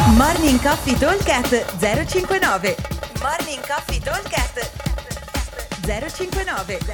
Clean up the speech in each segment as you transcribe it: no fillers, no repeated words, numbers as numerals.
Morning Coffee Talkcast 059. Morning Coffee Talkcast 059.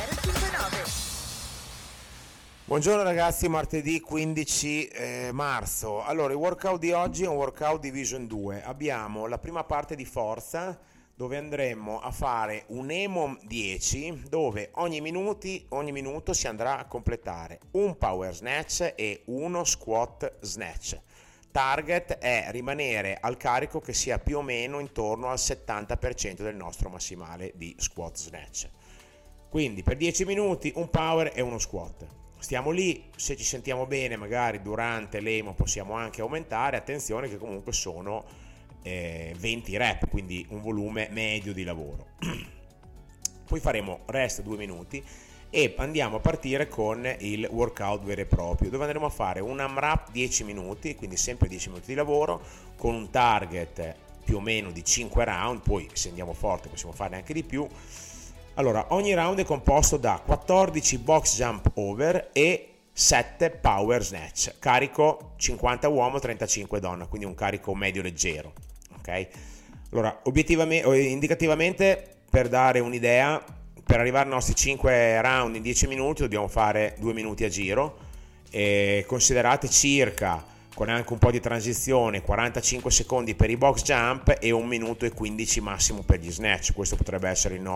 Buongiorno ragazzi, martedì 15 marzo. Allora, il workout di oggi è un workout Division 2. Abbiamo la prima parte di forza, dove andremo a fare un EMOM 10, dove ogni minuto si andrà a completare un power snatch e uno squat snatch. Target è rimanere al carico che sia più o meno intorno al 70% del nostro massimale di squat snatch. Quindi per 10 minuti un power e uno squat. Stiamo lì, se ci sentiamo bene magari durante l'EMO possiamo anche aumentare. Attenzione che comunque sono 20 rep, quindi un volume medio di lavoro. Poi faremo rest 2 minuti e andiamo a partire con il workout vero e proprio, dove andremo a fare un AMRAP 10 minuti, quindi sempre 10 minuti di lavoro, con un target più o meno di 5 round, poi se andiamo forte possiamo farne anche di più. Allora, ogni round è composto da 14 box jump over e 7 power snatch, carico 50 uomo, 35 donna, quindi un carico medio leggero, ok? Allora, indicativamente, per dare un'idea, per arrivare ai nostri 5 round in 10 minuti dobbiamo fare 2 minuti a giro, e considerate circa, con anche un po' di transizione, 45 secondi per i box jump e 1 minuto e 15 massimo per gli snatch. Questo potrebbe essere la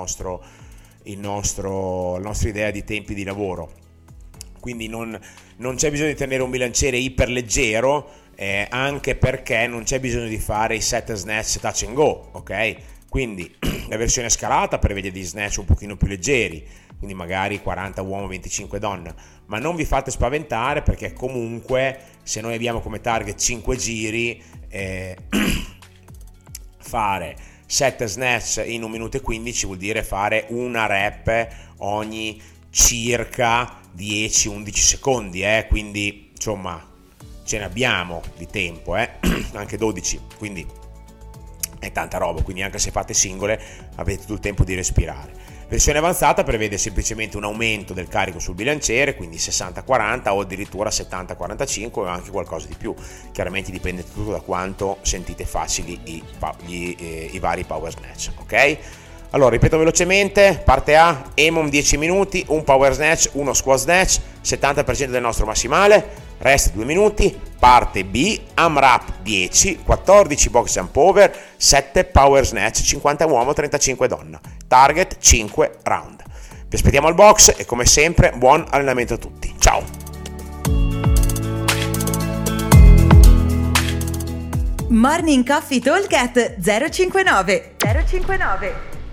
nostra idea di tempi di lavoro. Quindi non c'è bisogno di tenere un bilanciere iperleggero, anche perché non c'è bisogno di fare i 7 snatch touch and go, ok? Quindi la versione scalata prevede degli snatch un pochino più leggeri, quindi magari 40 uomo, 25 donna, ma non vi fate spaventare, perché comunque se noi abbiamo come target 5 giri, fare 7 snatch in 1 minuto e 15 vuol dire fare una rep ogni circa 10-11 secondi, quindi insomma ce ne abbiamo di tempo, anche 12, quindi è tanta roba, quindi anche se fate singole avete tutto il tempo di respirare. Versione avanzata prevede semplicemente un aumento del carico sul bilanciere, quindi 60-40 o addirittura 70-45 o anche qualcosa di più. Chiaramente dipende tutto da quanto sentite facili i vari power snatch, ok? Allora, ripeto velocemente: parte A, EMOM 10 minuti, un power snatch, uno squat snatch, 70% del nostro massimale, rest 2 minuti. Parte B, AMRAP 10, 14 box jump over, 7 power snatch, 50 uomo, 35 donna, target 5 round. Vi aspettiamo al box e come sempre buon allenamento a tutti, ciao! Morning Coffee Talkcast 059.